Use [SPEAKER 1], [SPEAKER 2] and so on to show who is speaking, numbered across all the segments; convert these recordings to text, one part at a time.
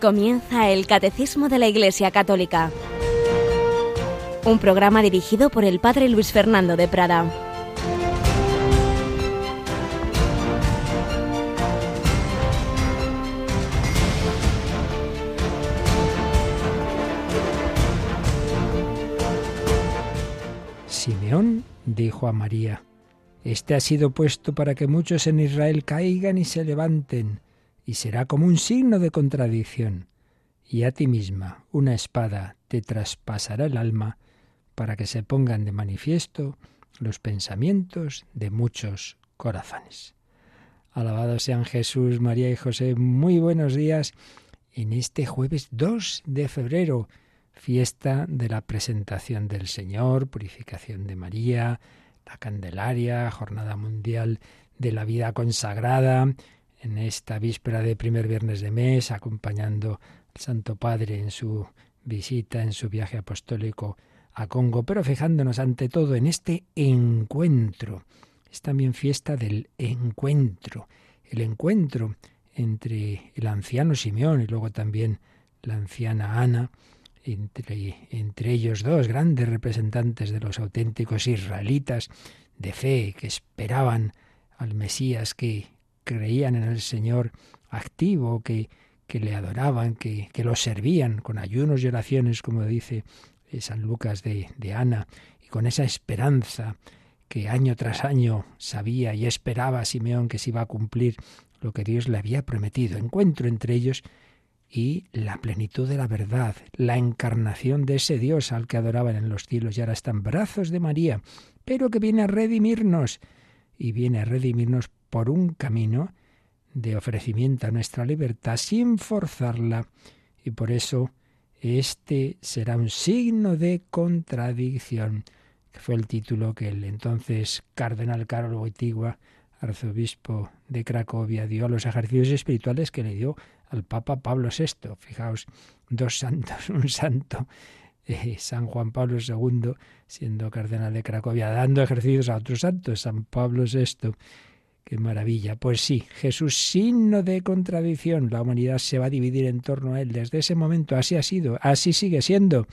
[SPEAKER 1] Comienza el Catecismo de la Iglesia Católica, un programa dirigido por el Padre Luis Fernando de Prada.
[SPEAKER 2] Simeón dijo a María: Este ha sido puesto para que muchos en Israel caigan y se levanten, y será como un signo de contradicción. Y a ti misma una espada te traspasará el alma, para que se pongan de manifiesto los pensamientos de muchos corazones. Alabados sean Jesús, María y José. Muy buenos días en este jueves 2 de febrero, fiesta de la presentación del Señor, purificación de María, la Candelaria, Jornada Mundial de la Vida Consagrada, en esta víspera de primer viernes de mes, acompañando al Santo Padre en su visita, en su viaje apostólico a Congo, pero fijándonos ante todo en este encuentro. Es también fiesta del encuentro, el encuentro entre el anciano Simeón y luego también la anciana Ana, entre ellos dos grandes representantes de los auténticos israelitas de fe que esperaban al Mesías, que creían en el Señor activo, que le adoraban, que lo servían con ayunos y oraciones, como dice San Lucas de Ana, y con esa esperanza que año tras año sabía y esperaba Simeón que se iba a cumplir lo que Dios le había prometido. Encuentro entre ellos y la plenitud de la verdad, la encarnación de ese Dios al que adoraban en los cielos y ahora está en brazos de María, pero que viene a redimirnos, y viene a redimirnos por un camino de ofrecimiento a nuestra libertad sin forzarla, y por eso este será un signo de contradicción, que fue el título que el entonces cardenal Karol Wojtyła, arzobispo de Cracovia, dio a los ejercicios espirituales que le dio al Papa Pablo VI. Fijaos, dos santos, un santo, San Juan Pablo II, siendo cardenal de Cracovia, dando ejercicios a otros santos, San Pablo VI. ¡Qué maravilla! Pues sí, Jesús, signo de contradicción. La humanidad se va a dividir en torno a Él. Desde ese momento así ha sido, así sigue siendo.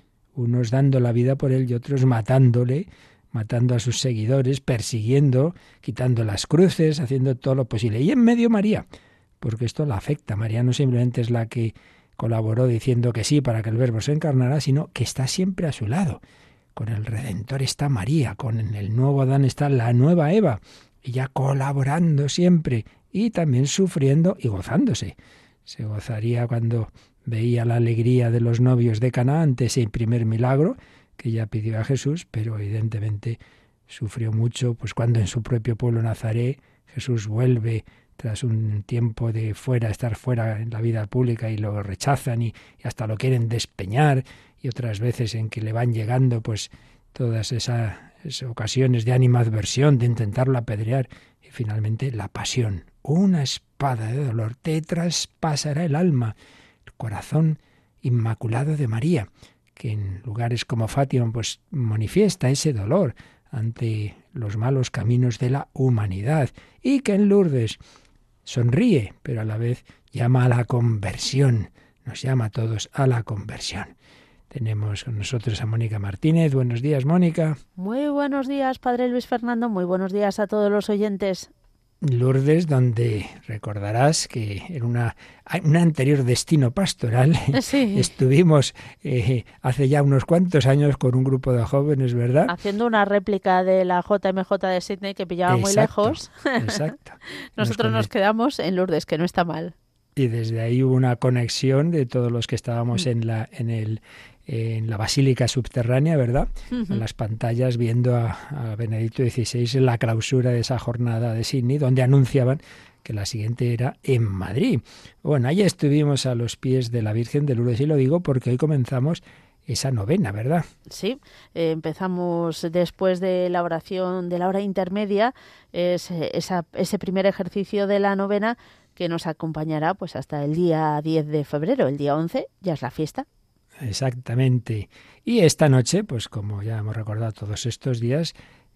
[SPEAKER 2] Unos dando la vida por Él y otros matándole, matando a sus seguidores, persiguiendo, quitando las cruces, haciendo todo lo posible. Y en medio María, porque esto la afecta. María no simplemente es la que colaboró diciendo que sí para que el Verbo se encarnara, sino que está siempre a su lado. Con el Redentor está María, con el nuevo Adán está la nueva Eva, ella colaborando siempre y también sufriendo y gozándose. Se gozaría cuando veía la alegría de los novios de Caná ante ese primer milagro que ella pidió a Jesús, pero evidentemente sufrió mucho, pues cuando en su propio pueblo Nazaret Jesús vuelve tras un tiempo de estar fuera en la vida pública y lo rechazan y hasta lo quieren despeñar, y otras veces en que le van llegando pues todas esas ocasiones de animadversión, de intentarlo apedrear, y finalmente la pasión. Una espada de dolor te traspasará el alma, el corazón inmaculado de María, que en lugares como Fátima pues manifiesta ese dolor ante los malos caminos de la humanidad, y que en Lourdes sonríe, pero a la vez llama a la conversión, nos llama a todos a la conversión. Tenemos con nosotros a Mónica Martínez. Buenos días, Mónica.
[SPEAKER 3] Muy buenos días, Padre Luis Fernando. Muy buenos días a todos los oyentes.
[SPEAKER 2] Lourdes, donde recordarás que en un anterior destino pastoral
[SPEAKER 3] sí.
[SPEAKER 2] Estuvimos hace ya unos cuantos años con un grupo de jóvenes, ¿verdad?
[SPEAKER 3] Haciendo una réplica de la JMJ de Sydney que pillaba muy lejos.
[SPEAKER 2] Exacto.
[SPEAKER 3] Nosotros nos quedamos en Lourdes, que no está mal.
[SPEAKER 2] Y desde ahí hubo una conexión de todos los que estábamos en la basílica subterránea, ¿verdad?
[SPEAKER 3] Uh-huh.
[SPEAKER 2] En las pantallas viendo a Benedicto XVI en la clausura de esa jornada de Sydney, donde anunciaban que la siguiente era en Madrid. Bueno, allí estuvimos a los pies de la Virgen de Lourdes, y lo digo porque hoy comenzamos esa novena, ¿verdad?
[SPEAKER 3] Sí, empezamos después de la oración de la hora intermedia, ese primer ejercicio de la novena que nos acompañará pues hasta el día 10 de febrero. El día 11 ya es la fiesta.
[SPEAKER 2] Exactamente. Y esta noche, pues como ya hemos recordado todos estos días,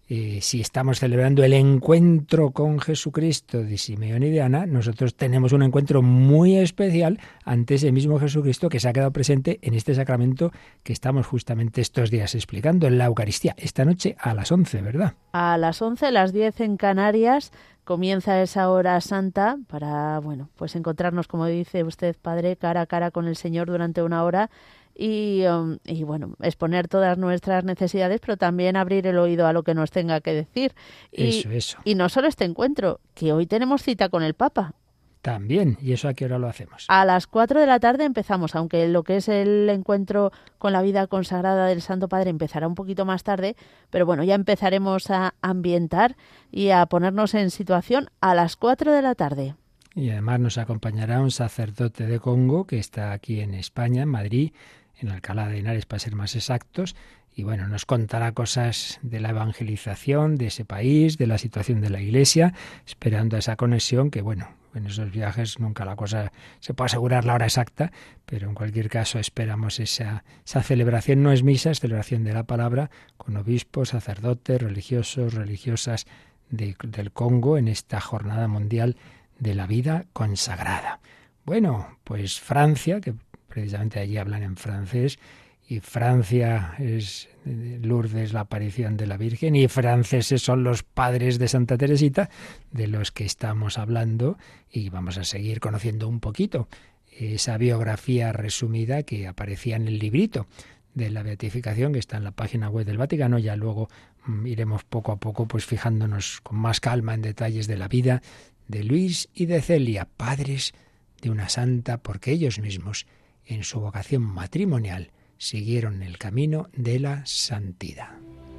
[SPEAKER 2] si estamos celebrando el encuentro con Jesucristo de Simeón y de Ana, nosotros tenemos un encuentro muy especial ante ese mismo Jesucristo que se ha quedado presente en este sacramento que estamos justamente estos días explicando, en la Eucaristía. Esta noche a las 11, ¿verdad?
[SPEAKER 3] A las 11, las 10 en Canarias, comienza esa hora santa para, pues encontrarnos, como dice usted, Padre, cara a cara con el Señor durante una hora y exponer todas nuestras necesidades, pero también abrir el oído a lo que nos tenga que decir.
[SPEAKER 2] Eso.
[SPEAKER 3] Y no solo este encuentro, que hoy tenemos cita con el Papa.
[SPEAKER 2] También, ¿y eso a qué hora lo hacemos?
[SPEAKER 3] A las 4 de la tarde empezamos, aunque lo que es el encuentro con la vida consagrada del Santo Padre empezará un poquito más tarde, pero bueno, ya empezaremos a ambientar y a ponernos en situación a las 4 de la tarde.
[SPEAKER 2] Y además nos acompañará un sacerdote de Congo que está aquí en España, en Madrid, en Alcalá de Henares para ser más exactos, y bueno, nos contará cosas de la evangelización de ese país, de la situación de la Iglesia, esperando esa conexión que bueno, en esos viajes nunca la cosa se puede asegurar la hora exacta, pero en cualquier caso esperamos esa celebración, no es misa, es celebración de la palabra, con obispos, sacerdotes, religiosos, religiosas del Congo en esta jornada mundial de la vida consagrada. Bueno, pues Francia, que precisamente allí hablan en francés, y Francia es Lourdes, la aparición de la Virgen, y franceses son los padres de Santa Teresita, de los que estamos hablando, y vamos a seguir conociendo un poquito esa biografía resumida que aparecía en el librito de la beatificación, que está en la página web del Vaticano. Ya luego iremos poco a poco pues fijándonos con más calma en detalles de la vida de Luis y de Celia, padres de una santa, porque ellos mismos, en su vocación matrimonial, siguieron el camino de la santidad.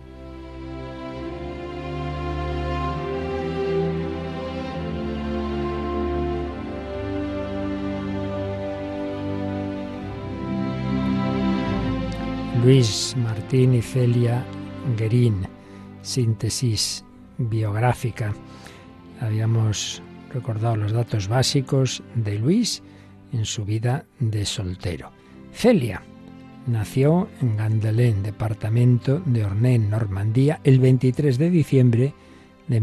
[SPEAKER 2] Luis Martín y Celia Guérin, síntesis biográfica. Habíamos recordado los datos básicos de Luis en su vida de soltero. Celia nació en Gandelin, departamento de Ornay, en Normandía, el 23 de diciembre de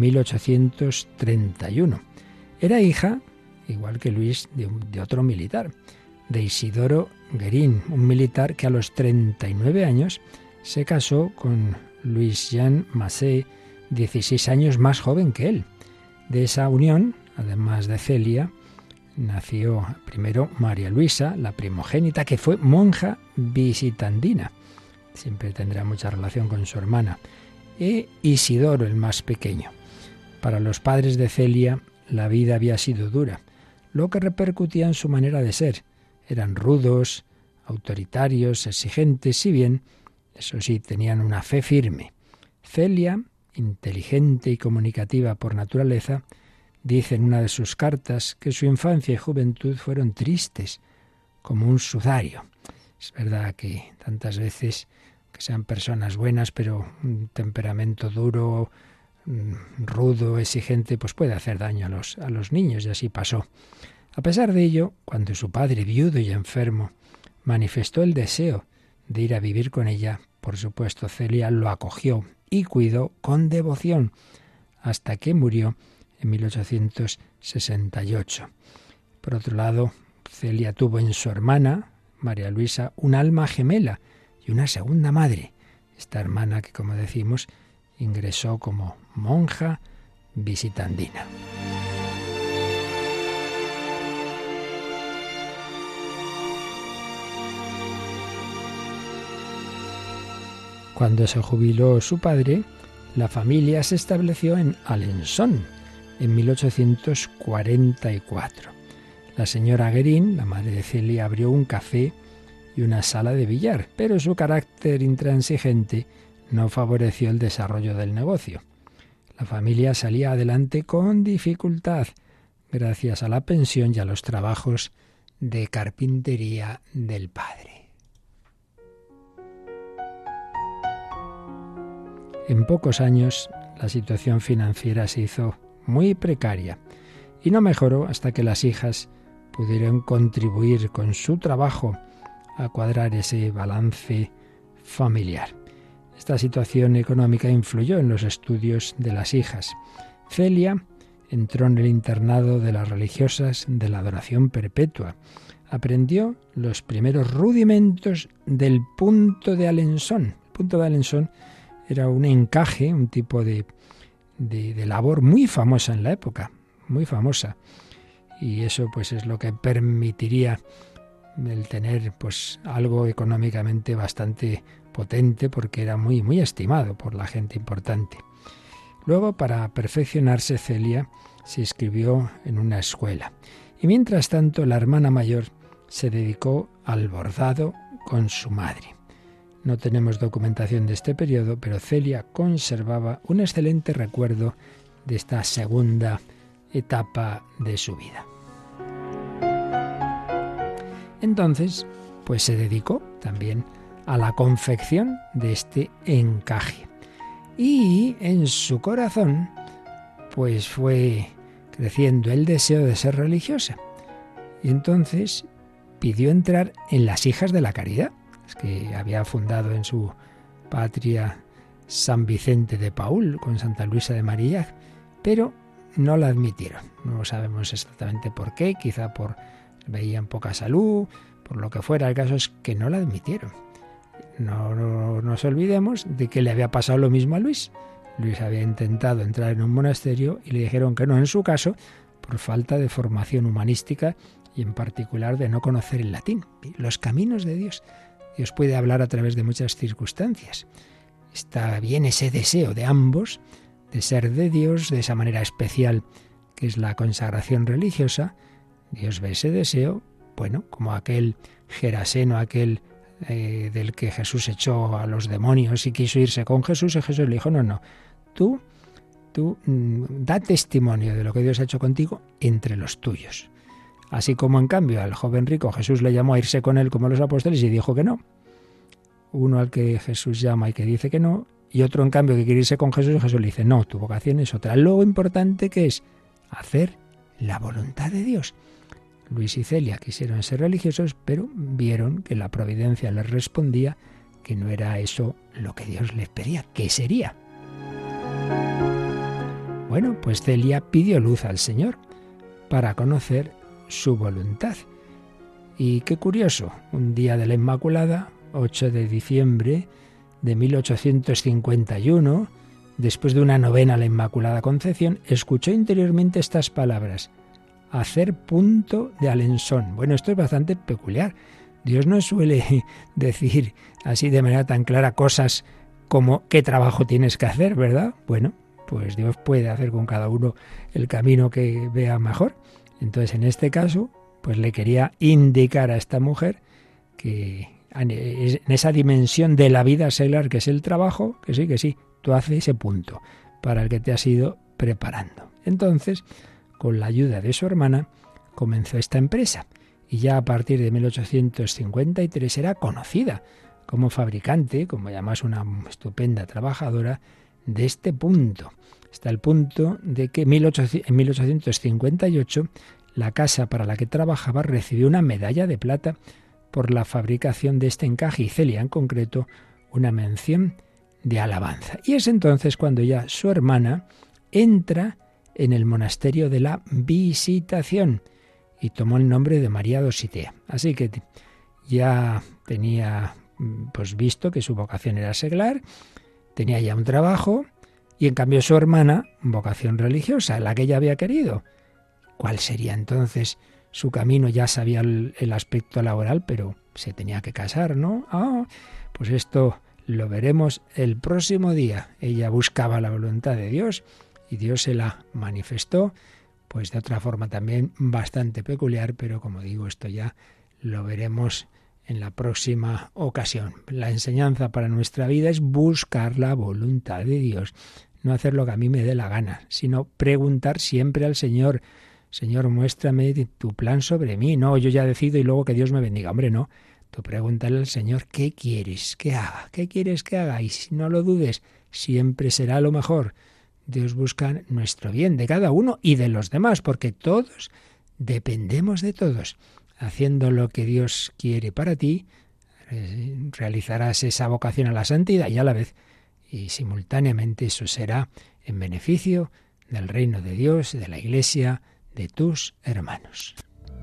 [SPEAKER 2] 1831. Era hija, igual que Luis, de otro militar, de Isidoro Guérin, un militar que a los 39 años se casó con Louis Jean Massé, 16 años más joven que él. De esa unión, además de Celia, nació primero María Luisa, la primogénita, que fue monja visitandina. Siempre tendrá mucha relación con su hermana. E Isidoro, el más pequeño. Para los padres de Celia, la vida había sido dura, lo que repercutía en su manera de ser. Eran rudos, autoritarios, exigentes, si bien, eso sí, tenían una fe firme. Celia, inteligente y comunicativa por naturaleza, dice en una de sus cartas que su infancia y juventud fueron tristes, como un sudario. Es verdad que tantas veces que sean personas buenas, pero un temperamento duro, rudo, exigente, pues puede hacer daño a los niños, y así pasó. A pesar de ello, cuando su padre, viudo y enfermo, manifestó el deseo de ir a vivir con ella, por supuesto Celia lo acogió y cuidó con devoción, hasta que murió en 1868. Por otro lado, Celia tuvo en su hermana, María Luisa, un alma gemela y una segunda madre. Esta hermana que, como decimos, ingresó como monja visitandina. Cuando se jubiló su padre, la familia se estableció en Alençon en 1844. La señora Guérin, la madre de Celia, abrió un café y una sala de billar, pero su carácter intransigente no favoreció el desarrollo del negocio. La familia salía adelante con dificultad, gracias a la pensión y a los trabajos de carpintería del padre. En pocos años, la situación financiera se hizo muy precaria y no mejoró hasta que las hijas pudieron contribuir con su trabajo a cuadrar ese balance familiar. Esta situación económica influyó en los estudios de las hijas. Celia entró en el internado de las religiosas de la adoración perpetua. Aprendió los primeros rudimentos del punto de Alençon. El punto de Alençon era un encaje, un tipo de labor muy famosa en la época, muy famosa. Y eso pues es lo que permitiría el tener pues algo económicamente bastante potente, porque era muy, muy estimado por la gente importante. Luego, para perfeccionarse, Celia se inscribió en una escuela. Y mientras tanto, la hermana mayor se dedicó al bordado con su madre. No tenemos documentación de este periodo, pero Celia conservaba un excelente recuerdo de esta segunda etapa de su vida. Entonces, pues se dedicó también a la confección de este encaje. Y en su corazón, pues fue creciendo el deseo de ser religiosa. Y entonces pidió entrar en las Hijas de la Caridad, que había fundado en su patria San Vicente de Paúl con Santa Luisa de Marillac, pero no la admitieron. No sabemos exactamente por qué, quizá por veían poca salud, por lo que fuera. El caso es que no la admitieron. No nos olvidemos de que le había pasado lo mismo a Luis. Luis había intentado entrar en un monasterio y le dijeron que no, en su caso, por falta de formación humanística y en particular de no conocer el latín. Los caminos de Dios. Dios puede hablar a través de muchas circunstancias. Está bien ese deseo de ambos de ser de Dios de esa manera especial que es la consagración religiosa. Dios ve ese deseo, bueno, como aquel Geraseno, aquel del que Jesús echó a los demonios y quiso irse con Jesús, y Jesús le dijo, no, tú da testimonio de lo que Dios ha hecho contigo entre los tuyos. Así como en cambio al joven rico Jesús le llamó a irse con él como los apóstoles y dijo que no. Uno al que Jesús llama y que dice que no, y otro en cambio que quiere irse con Jesús y Jesús le dice, no, tu vocación es otra. Lo importante que es hacer la voluntad de Dios. Luis y Celia quisieron ser religiosos, pero vieron que la providencia les respondía que no era eso lo que Dios les pedía. ¿Qué sería? Bueno, pues Celia pidió luz al Señor para conocer su voluntad. Y qué curioso, un día de la Inmaculada, 8 de diciembre de 1851, después de una novena a la Inmaculada Concepción, escuchó interiormente estas palabras: hacer punto de Alençon. Bueno, esto es bastante peculiar. Dios no suele decir así de manera tan clara cosas como qué trabajo tienes que hacer, ¿verdad? Bueno, pues Dios puede hacer con cada uno el camino que vea mejor. Entonces, en este caso, pues le quería indicar a esta mujer que en esa dimensión de la vida seglar que es el trabajo, que sí, tú haces ese punto para el que te has ido preparando. Entonces, con la ayuda de su hermana, comenzó esta empresa y ya a partir de 1853 era conocida como fabricante, como además una estupenda trabajadora de este punto. Hasta el punto de que en 1858 la casa para la que trabajaba recibió una medalla de plata por la fabricación de este encaje y Celia en concreto una mención de alabanza. Y es entonces cuando ya su hermana entra en el monasterio de la Visitación y tomó el nombre de María Dositea. Así que ya tenía pues visto que su vocación era seglar, tenía ya un trabajo y en cambio su hermana vocación religiosa, la que ella había querido. ¿Cuál sería entonces su camino? Ya sabía el aspecto laboral, pero se tenía que casar, ¿no? Pues esto lo veremos el próximo día. Ella buscaba la voluntad de Dios y Dios se la manifestó, pues de otra forma también bastante peculiar, pero como digo, esto ya lo veremos en la próxima ocasión. La enseñanza para nuestra vida es buscar la voluntad de Dios, no hacer lo que a mí me dé la gana, sino preguntar siempre al Señor: Señor, muéstrame tu plan sobre mí. No, yo ya decido y luego que Dios me bendiga. Hombre, no. Tú pregúntale al Señor, ¿qué quieres que haga? ¿Qué quieres que haga? Y si no lo dudes, siempre será lo mejor. Dios busca nuestro bien, de cada uno y de los demás, porque todos dependemos de todos. Haciendo lo que Dios quiere para ti, realizarás esa vocación a la santidad y a la vez y simultáneamente eso será en beneficio del reino de Dios, de la Iglesia, de tus hermanos.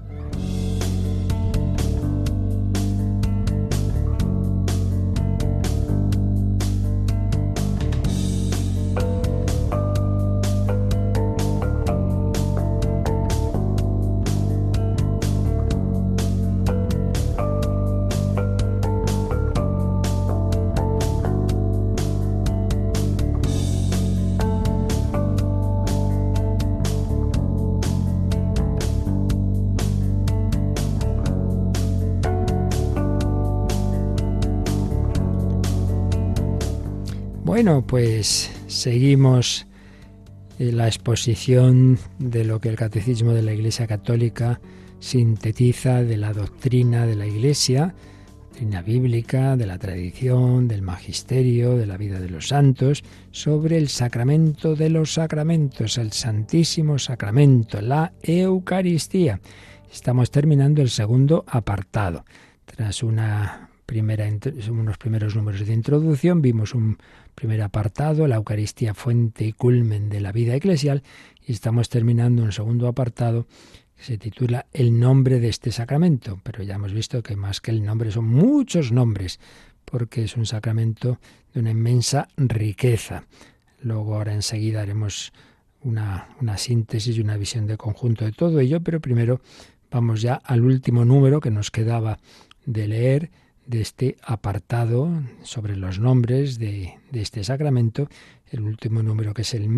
[SPEAKER 2] Bueno, pues seguimos la exposición de lo que el Catecismo de la Iglesia Católica sintetiza de la doctrina de la Iglesia, doctrina bíblica, de la tradición, del magisterio, de la vida de los santos, sobre el sacramento de los sacramentos, el Santísimo Sacramento, la Eucaristía. Estamos terminando el segundo apartado. Tras unos primeros números de introducción, vimos un primer apartado, la Eucaristía, fuente y culmen de la vida eclesial, y estamos terminando un segundo apartado que se titula El nombre de este sacramento, pero ya hemos visto que más que el nombre son muchos nombres, porque es un sacramento de una inmensa riqueza. Luego ahora enseguida haremos una síntesis y una visión de conjunto de todo ello, pero primero vamos ya al último número que nos quedaba de leer, de este apartado sobre los nombres de este sacramento, el último número, que es el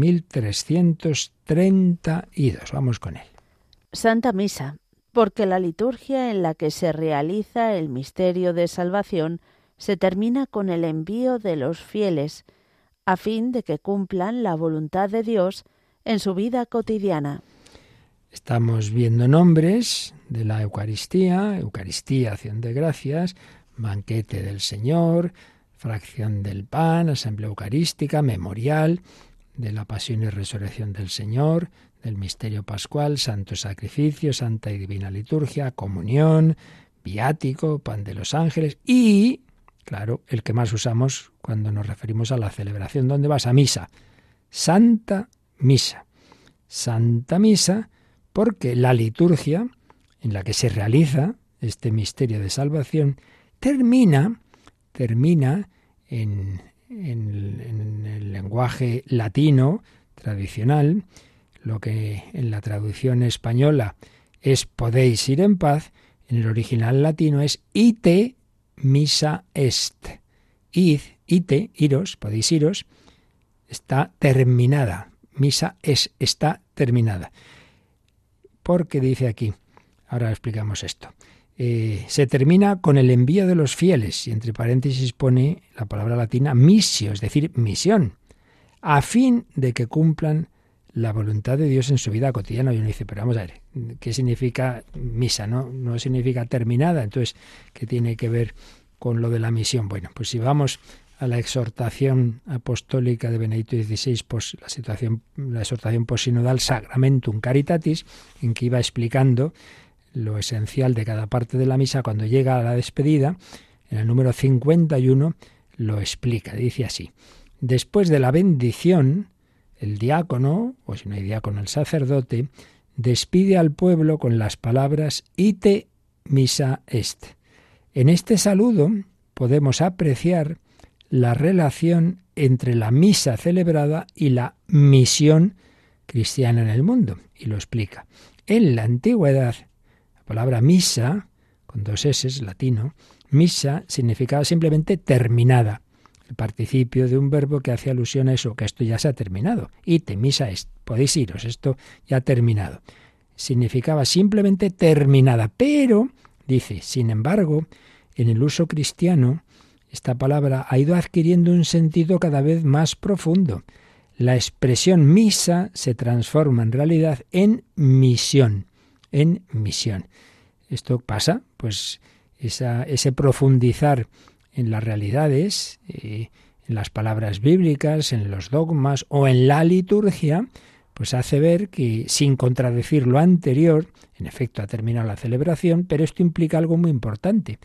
[SPEAKER 2] 1332. Vamos con él.
[SPEAKER 3] Santa Misa, porque la liturgia en la que se realiza el misterio de salvación se termina con el envío de los fieles, a fin de que cumplan la voluntad de Dios en su vida cotidiana.
[SPEAKER 2] Estamos viendo nombres de la Eucaristía, acción de gracias, banquete del Señor, fracción del pan, asamblea eucarística, memorial de la pasión y resurrección del Señor, del misterio pascual, santo sacrificio, santa y divina liturgia, comunión, viático, pan de los ángeles y, claro, el que más usamos cuando nos referimos a la celebración. ¿Dónde vas? A misa. Santa Misa. Santa Misa, porque la liturgia en la que se realiza este misterio de salvación termina en el lenguaje latino tradicional, lo que en la traducción española es podéis ir en paz, en el original latino es ite misa est. Ite, iros, podéis iros, está terminada. Misa está terminada. Porque dice aquí, ahora explicamos esto, se termina con el envío de los fieles, y entre paréntesis pone la palabra latina missio, es decir, misión, a fin de que cumplan la voluntad de Dios en su vida cotidiana. Y uno dice, pero vamos a ver, ¿qué significa misa? No significa terminada, entonces, ¿qué tiene que ver con lo de la misión? Bueno, pues si vamos a la exhortación apostólica de Benedicto XVI, pues la exhortación postsinodal Sacramentum Caritatis, en que iba explicando lo esencial de cada parte de la misa, cuando llega a la despedida, en el número 51, lo explica. Dice así: después de la bendición, el diácono, o si no hay diácono, el sacerdote, despide al pueblo con las palabras ite misa est. En este saludo podemos apreciar la relación entre la misa celebrada y la misión cristiana en el mundo. Y lo explica. En la antigüedad, la palabra misa, con dos S, latino, misa significaba simplemente terminada. El participio de un verbo que hace alusión a eso, que esto ya se ha terminado. Ite misa est, podéis iros, esto ya ha terminado. Significaba simplemente terminada. Pero, dice, sin embargo, en el uso cristiano, esta palabra ha ido adquiriendo un sentido cada vez más profundo. La expresión misa se transforma en realidad en misión. En misión. Esto pasa, pues, ese profundizar en las realidades, en las palabras bíblicas, en los dogmas o en la liturgia, pues hace ver que, sin contradecir lo anterior, en efecto ha terminado la celebración, pero esto implica algo muy importante.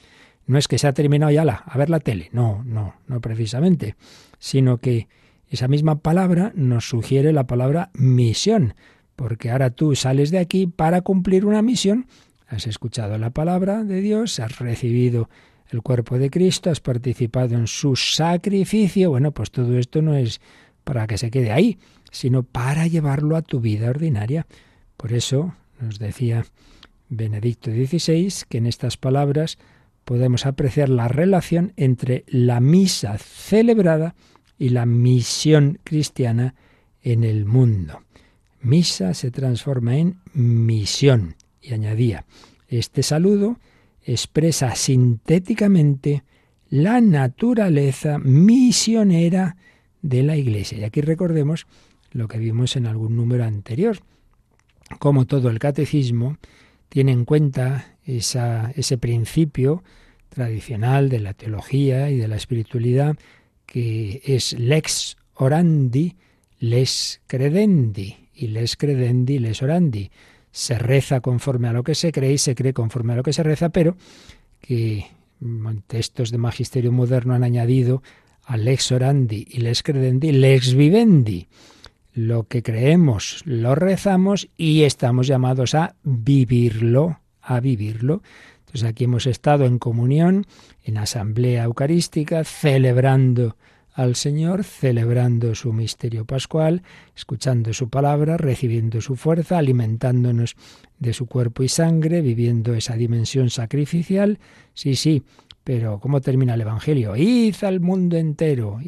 [SPEAKER 2] No es que se ha terminado ya a ver la tele, no precisamente, sino que esa misma palabra nos sugiere la palabra misión, porque ahora tú sales de aquí para cumplir una misión. Has escuchado la palabra de Dios, has recibido el cuerpo de Cristo, has participado en su sacrificio. Bueno, pues todo esto no es para que se quede ahí, sino para llevarlo a tu vida ordinaria. Por eso nos decía Benedicto XVI que en estas palabras podemos apreciar la relación entre la misa celebrada y la misión cristiana en el mundo. Misa se transforma en misión. Y añadía, este saludo expresa sintéticamente la naturaleza misionera de la Iglesia. Y aquí recordemos lo que vimos en algún número anterior, como todo el catecismo tiene en cuenta ese principio tradicional de la teología y de la espiritualidad, que es lex orandi, les credendi, y les credendi, les orandi. Se reza conforme a lo que se cree y se cree conforme a lo que se reza, pero que textos de magisterio moderno han añadido a lex orandi y lex credendi, lex vivendi. Lo que creemos lo rezamos y estamos llamados a vivirlo, Entonces aquí hemos estado en comunión, en asamblea eucarística, celebrando al Señor, celebrando su misterio pascual, escuchando su palabra, recibiendo su fuerza, alimentándonos de su cuerpo y sangre, viviendo esa dimensión sacrificial. Sí, pero ¿cómo termina el Evangelio? Id al mundo entero,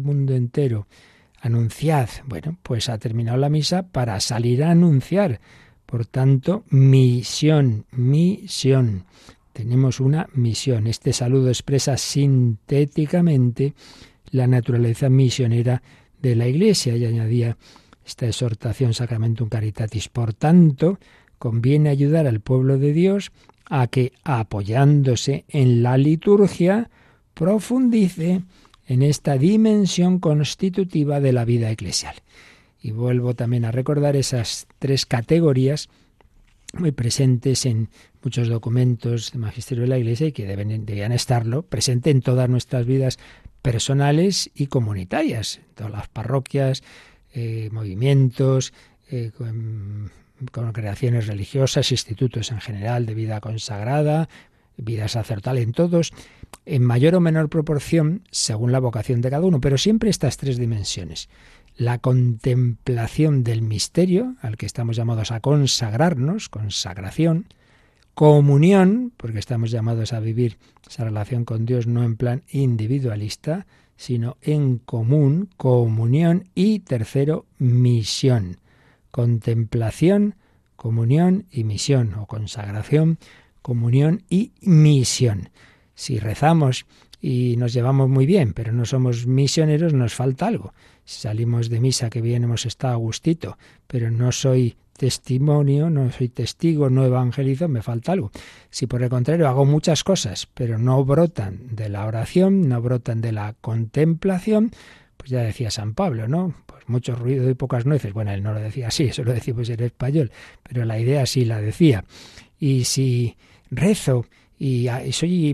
[SPEAKER 2] anunciad. Bueno, pues ha terminado la misa para salir a anunciar. Por tanto, misión. Tenemos una misión. Este saludo expresa sintéticamente la naturaleza misionera de la Iglesia, y añadía esta exhortación Sacramentum Caritatis. Por tanto, conviene ayudar al pueblo de Dios a que, apoyándose en la liturgia, profundice en esta dimensión constitutiva de la vida eclesial. Y vuelvo también a recordar esas tres categorías muy presentes en muchos documentos de magisterio de la Iglesia y que debían estarlo presente en todas nuestras vidas personales y comunitarias, en todas las parroquias, movimientos, congregaciones religiosas, institutos en general de vida consagrada, vida sacerdotal, en todos, en mayor o menor proporción, según la vocación de cada uno, pero siempre estas tres dimensiones. La contemplación del misterio, al que estamos llamados a consagrarnos, consagración, comunión, porque estamos llamados a vivir esa relación con Dios no en plan individualista, sino en común, comunión, y tercero, misión. Contemplación, comunión y misión, o consagración, comunión y misión. Si rezamos y nos llevamos muy bien, pero no somos misioneros, nos falta algo. Si salimos de misa, que bien hemos estado a gustito, pero no soy testimonio, no soy testigo, no evangelizo, me falta algo. Si por el contrario hago muchas cosas, pero no brotan de la oración, no brotan de la contemplación, pues ya decía San Pablo, ¿no? Pues mucho ruido y pocas nueces. Bueno, él no lo decía así, eso lo decimos en español, pero la idea sí la decía. Y si rezo y soy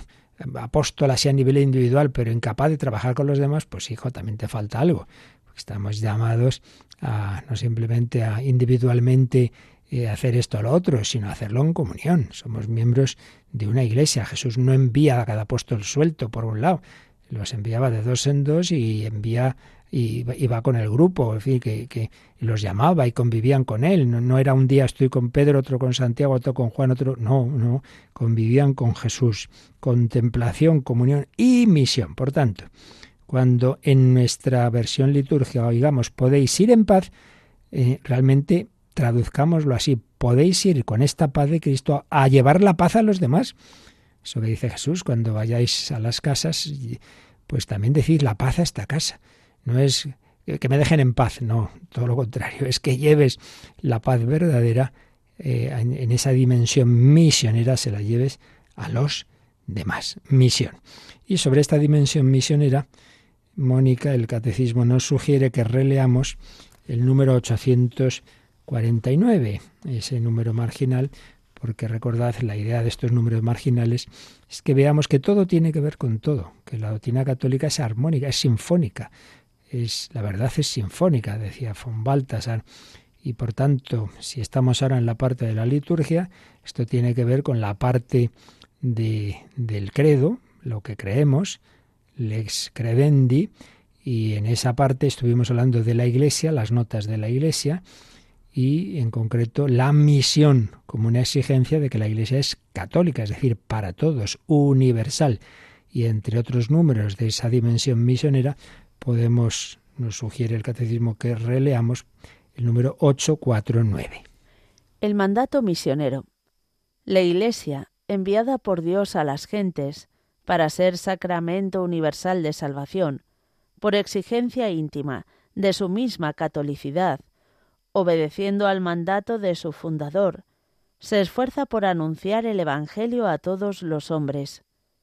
[SPEAKER 2] apóstol así a nivel individual, pero incapaz de trabajar con los demás, pues hijo, también te falta algo. Estamos llamados a no simplemente a individualmente hacer esto o lo otro, sino hacerlo en comunión. Somos miembros de una iglesia. Jesús no envía a cada apóstol suelto por un lado, los enviaba de dos en dos y envía y iba con el grupo, en fin, que los llamaba y convivían con él. No era un día estoy con Pedro, otro con Santiago, otro con Juan, otro... No, convivían con Jesús. Contemplación, comunión y misión. Por tanto, cuando en nuestra versión litúrgica oigamos podéis ir en paz, realmente traduzcámoslo así: podéis ir con esta paz de Cristo a llevar la paz a los demás. Eso que dice Jesús, cuando vayáis a las casas, pues también decid la paz a esta casa. No es que me dejen en paz, no, todo lo contrario, es que lleves la paz verdadera en esa dimensión misionera, se la lleves a los demás. Misión. Y sobre esta dimensión misionera, Mónica, el Catecismo nos sugiere que releamos el número 849, ese número marginal, porque recordad, la idea de estos números marginales es que veamos que todo tiene que ver con todo, que la doctrina católica es armónica, es sinfónica. La verdad es sinfónica, decía von Balthasar. Y por tanto, si estamos ahora en la parte de la liturgia, esto tiene que ver con la parte del credo, lo que creemos, lex credendi, y en esa parte estuvimos hablando de la Iglesia, las notas de la Iglesia, y en concreto la misión como una exigencia de que la Iglesia es católica, es decir, para todos, universal. Y entre otros números de esa dimensión misionera, nos sugiere el Catecismo que releamos el número 849.
[SPEAKER 3] El mandato misionero. La Iglesia, enviada por Dios a las gentes para ser sacramento universal de salvación, por exigencia íntima de su misma catolicidad, obedeciendo al mandato de su fundador, se esfuerza por anunciar el Evangelio a todos los hombres.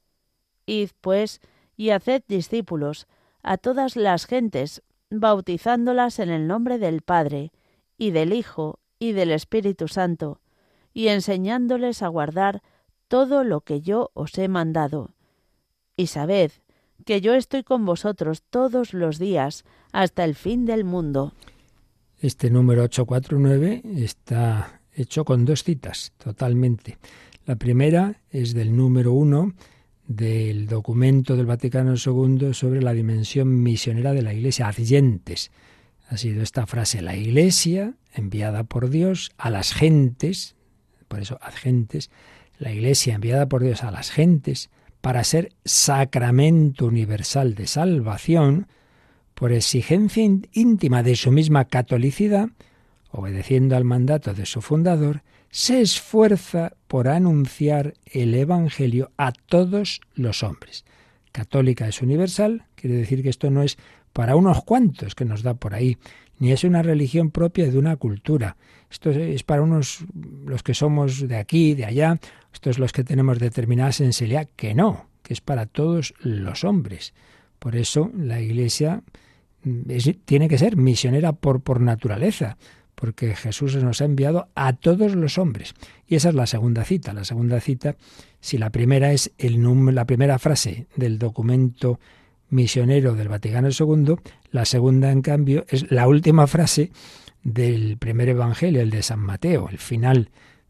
[SPEAKER 3] Id, pues, y haced discípulos a todas las gentes, bautizándolas en el nombre del Padre, y del Hijo, y del Espíritu Santo, y enseñándoles a guardar todo lo que yo os he mandado. Y sabed que yo estoy con vosotros todos los días, hasta el fin del mundo.
[SPEAKER 2] Este número 849 está hecho con dos citas, totalmente. La primera es del número 1 del documento del Vaticano II sobre la dimensión misionera de la Iglesia, ad gentes. Ha sido esta frase, la Iglesia enviada por Dios a las gentes, por eso ad gentes, la Iglesia enviada por Dios a las gentes para ser sacramento universal de salvación, por exigencia íntima de su misma catolicidad, obedeciendo al mandato de su fundador, se esfuerza por anunciar el Evangelio a todos los hombres. Católica es universal, quiere decir que esto no es para unos cuantos que nos da por ahí, ni es una religión propia de una cultura. Esto es para los que somos de aquí, de allá, estos los que tenemos determinada sensibilidad, que no, que es para todos los hombres. Por eso la Iglesia tiene que ser misionera por naturaleza, porque Jesús nos ha enviado a todos los hombres. Y esa es la segunda cita. La segunda cita, si la primera es la primera frase del documento misionero del Vaticano II, la segunda, en cambio, es la última frase del primer Evangelio, el de San Mateo, el final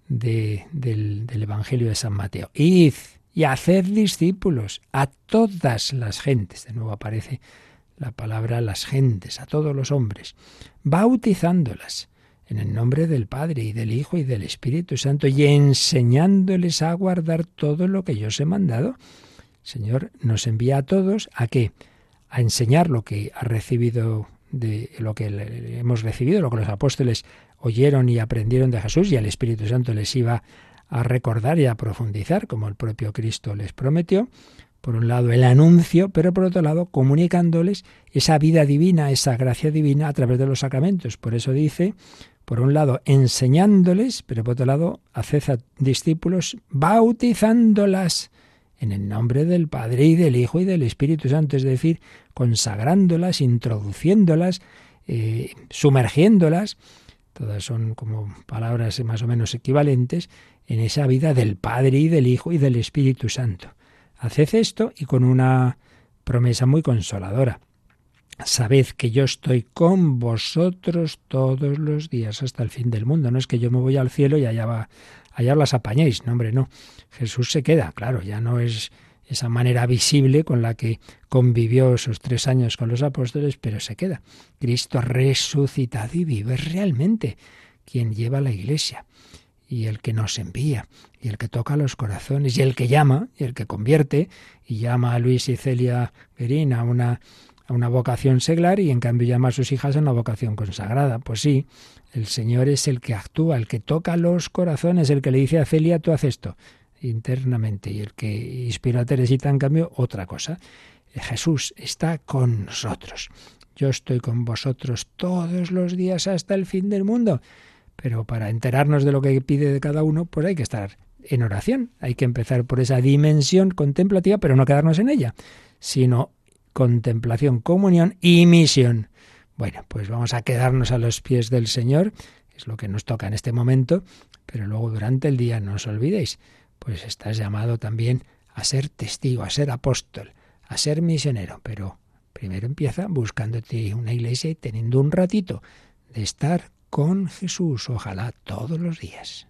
[SPEAKER 2] del Evangelio de San Mateo. Id y haced discípulos a todas las gentes. De nuevo aparece la palabra las gentes, a todos los hombres, bautizándolas en el nombre del Padre y del Hijo y del Espíritu Santo y enseñándoles a guardar todo lo que yo os he mandado. El Señor nos envía a todos, ¿a qué? A enseñar lo que ha recibido, de lo que hemos recibido, lo que los apóstoles oyeron y aprendieron de Jesús, y el Espíritu Santo les iba a recordar y a profundizar, como el propio Cristo les prometió. Por un lado el anuncio, pero por otro lado comunicándoles esa vida divina, esa gracia divina a través de los sacramentos. Por eso dice, por un lado enseñándoles, pero por otro lado haced a discípulos bautizándolas en el nombre del Padre y del Hijo y del Espíritu Santo, es decir, consagrándolas, introduciéndolas, sumergiéndolas. Todas son como palabras más o menos equivalentes en esa vida del Padre y del Hijo y del Espíritu Santo. Haced esto, y con una promesa muy consoladora. Sabed que yo estoy con vosotros todos los días hasta el fin del mundo. No es que yo me voy al cielo y allá las apañéis. No, hombre, no. Jesús se queda, claro, ya no es esa manera visible con la que convivió esos 3 años con los apóstoles, pero se queda. Cristo resucitado y vive realmente, quien lleva la Iglesia, y el que nos envía, y el que toca los corazones, y el que llama, y el que convierte, y llama a Luis y Celia Guerín a una vocación seglar, y en cambio llama a sus hijas a una vocación consagrada. Pues sí, el Señor es el que actúa, el que toca los corazones, el que le dice a Celia, tú haz esto, internamente, y el que inspira a Teresita, en cambio, otra cosa. Jesús está con nosotros. Yo estoy con vosotros todos los días hasta el fin del mundo. Pero para enterarnos de lo que pide de cada uno, pues hay que estar en oración. Hay que empezar por esa dimensión contemplativa, pero no quedarnos en ella, sino contemplación, comunión y misión. Bueno, pues vamos a quedarnos a los pies del Señor, es lo que nos toca en este momento, pero luego durante el día no os olvidéis, pues estás llamado también a ser testigo, a ser apóstol, a ser misionero. Pero primero empieza buscándote una iglesia y teniendo un ratito de estar con Jesús, ojalá todos los días.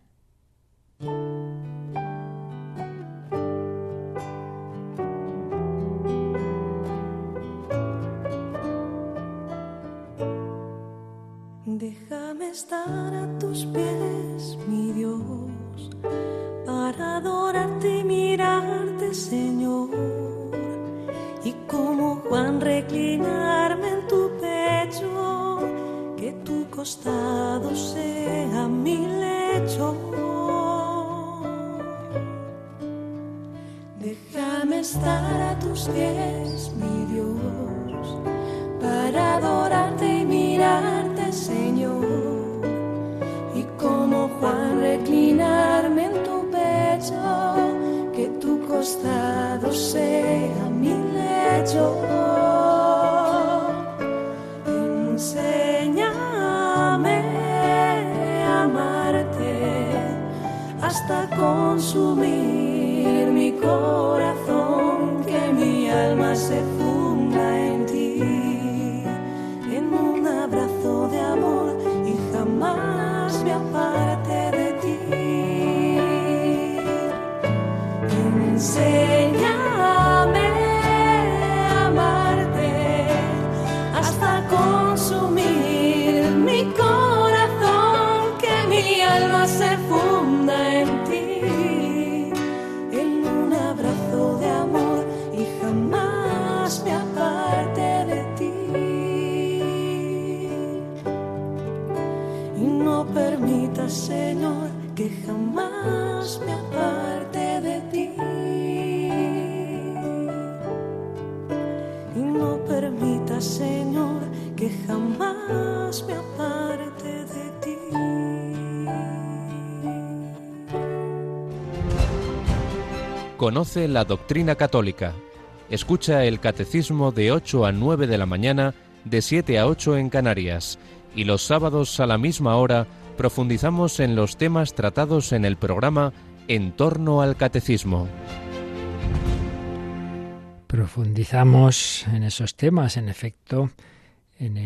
[SPEAKER 4] Déjame estar a tus pies, mi Dios, para adorarte y mirarte, Señor, y como Juan reclinarme en tu pecho, que tu costado sea mi lecho. Déjame estar a tus pies, mi Dios, para adorarte y mirarte, Señor, y como Juan reclinarme en tu pecho, que tu costado sea mi lecho. Enséñame a amarte hasta consumir mi corazón, que mi alma se funda en ti, en un abrazo de amor, y jamás me aparte de ti. Enséñame a amarte hasta consumir mi corazón, que mi alma se funda en ti, en un abrazo de amor, y jamás me aparte de ti. Y no permitas, Señor, que jamás me aparte de ti. Y no permitas, Señor, que jamás me aparte de ti.
[SPEAKER 5] Conoce la doctrina católica. Escucha el catecismo de 8 a 9 de la mañana, de 7 a 8 en Canarias. Y los sábados a la misma hora profundizamos en los temas tratados en el programa En torno al Catecismo.
[SPEAKER 2] Profundizamos en esos temas, en efecto, en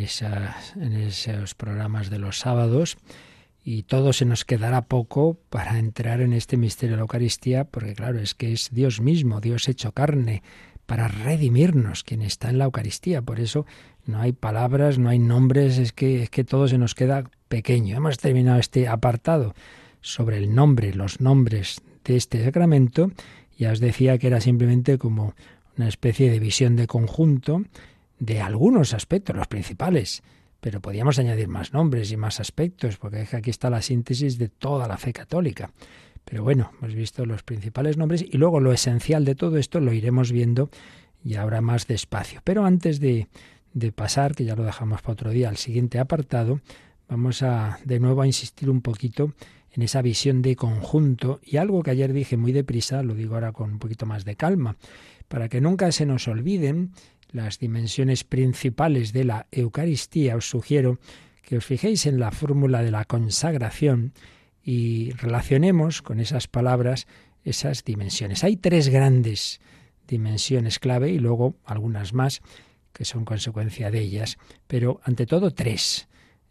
[SPEAKER 2] esos programas de los sábados, y todo se nos quedará poco para entrar en este misterio de la Eucaristía, porque claro, es que es Dios mismo, Dios hecho carne, para redimirnos, quien está en la Eucaristía. Por eso no hay palabras, no hay nombres, es que todo se nos queda pequeño. Hemos terminado este apartado sobre el nombre, los nombres de este sacramento. Ya os decía que era simplemente como una especie de visión de conjunto de algunos aspectos, los principales, pero podíamos añadir más nombres y más aspectos, porque aquí está la síntesis de toda la fe católica. Pero bueno, hemos visto los principales nombres y luego lo esencial de todo esto lo iremos viendo y ahora más despacio. Pero antes de pasar, que ya lo dejamos para otro día, al siguiente apartado, vamos de nuevo a insistir un poquito en esa visión de conjunto, y algo que ayer dije muy deprisa, lo digo ahora con un poquito más de calma, para que nunca se nos olviden las dimensiones principales de la Eucaristía. Os sugiero que os fijéis en la fórmula de la consagración y relacionemos con esas palabras esas dimensiones. Hay 3 grandes dimensiones clave y luego algunas más que son consecuencia de ellas, pero ante todo 3.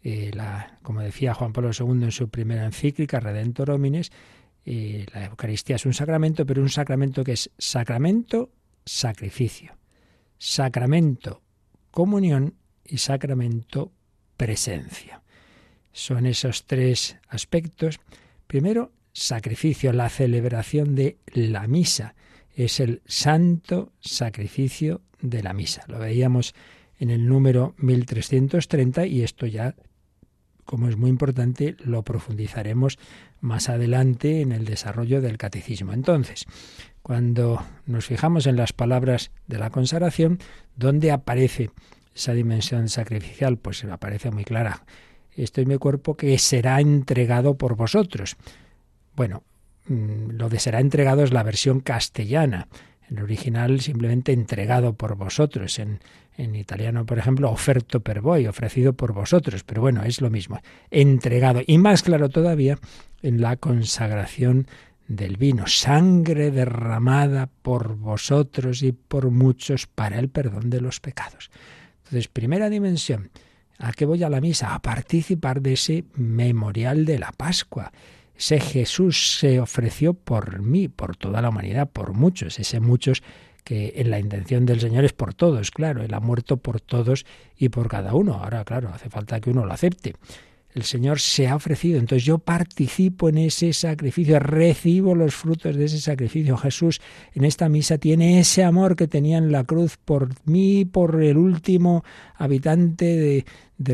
[SPEAKER 2] Como decía Juan Pablo II en su primera encíclica, Redemptor Hominis, la Eucaristía es un sacramento, pero un sacramento que es sacramento, sacrificio, sacramento, comunión y sacramento, presencia. Son esos 3 aspectos. Primero, sacrificio, la celebración de la misa. Es el santo sacrificio de la misa. Lo veíamos en el número 1330 y esto ya, como es muy importante, lo profundizaremos más adelante en el desarrollo del catecismo. Entonces, cuando nos fijamos en las palabras de la consagración, ¿dónde aparece esa dimensión sacrificial? Pues aparece muy clara. Esto es mi cuerpo que será entregado por vosotros. Bueno, lo de será entregado es la versión castellana. En el original simplemente entregado por vosotros. En italiano, por ejemplo, offerto per voi, ofrecido por vosotros. Pero bueno, es lo mismo. Entregado. Y más claro todavía en la consagración del vino, sangre derramada por vosotros y por muchos para el perdón de los pecados. Entonces, primera dimensión, ¿a qué voy a la misa? A participar de ese memorial de la Pascua. Ese Jesús se ofreció por mí, por toda la humanidad, por muchos, ese muchos que en la intención del Señor es por todos, claro, Él ha muerto por todos y por cada uno. Ahora, claro, hace falta que uno lo acepte. El Señor se ha ofrecido, entonces yo participo en ese sacrificio, recibo los frutos de ese sacrificio. Jesús en esta misa tiene ese amor que tenía en la cruz por mí, por el último habitante de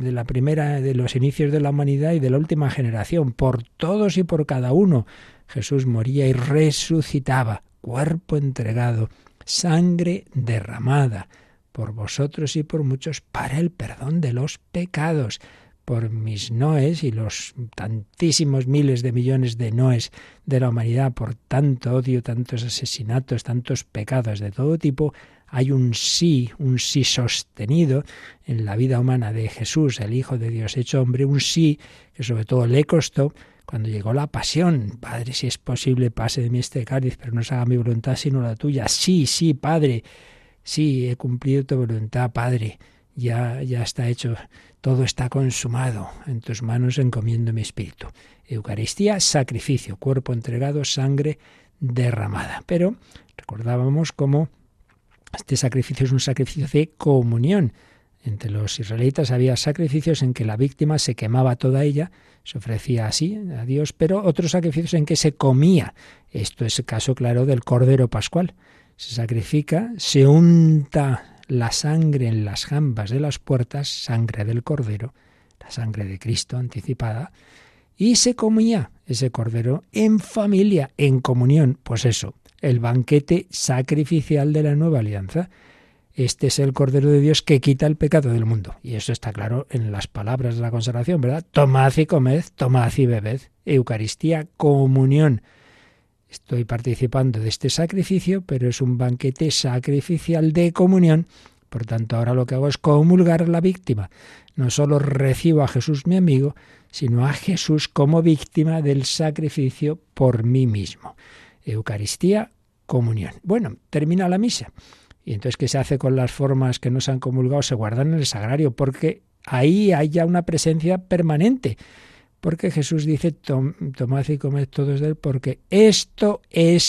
[SPEAKER 2] los inicios de la humanidad y de la última generación, por todos y por cada uno. Jesús moría y resucitaba, cuerpo entregado, sangre derramada por vosotros y por muchos para el perdón de los pecados. Por mis noes y los tantísimos miles de millones de noes de la humanidad, por tanto odio, tantos asesinatos, tantos pecados de todo tipo, hay un sí sostenido en la vida humana de Jesús, el Hijo de Dios hecho hombre, un sí que sobre todo le costó cuando llegó la pasión. Padre, si es posible, pase de mí este cáliz, pero no se haga mi voluntad sino la tuya. Sí, Padre, sí, he cumplido tu voluntad, Padre, ya está hecho. Todo está consumado, en tus manos encomiendo mi espíritu. Eucaristía, sacrificio, cuerpo entregado, sangre derramada. Pero recordábamos cómo este sacrificio es un sacrificio de comunión. Entre los israelitas había sacrificios en que la víctima se quemaba toda ella, se ofrecía así a Dios, pero otros sacrificios en que se comía. Esto es el caso claro del Cordero Pascual. Se sacrifica, se unta la sangre en las jambas de las puertas, sangre del Cordero, la sangre de Cristo anticipada, y se comía ese Cordero en familia, en comunión. Pues eso, el banquete sacrificial de la nueva alianza. Este es el Cordero de Dios que quita el pecado del mundo. Y eso está claro en las palabras de la consagración, ¿verdad? Tomad y comed, tomad y bebed. Eucaristía, comunión. Estoy participando de este sacrificio, pero es un banquete sacrificial de comunión. Por tanto, ahora lo que hago es comulgar a la víctima. No solo recibo a Jesús mi amigo, sino a Jesús como víctima del sacrificio por mí mismo. Eucaristía, comunión. Bueno, termina la misa. Y entonces, ¿qué se hace con las formas que no se han comulgado? Se guardan en el sagrario, porque ahí hay ya una presencia permanente. Porque Jesús dice, tomad y comed todos de él, porque esto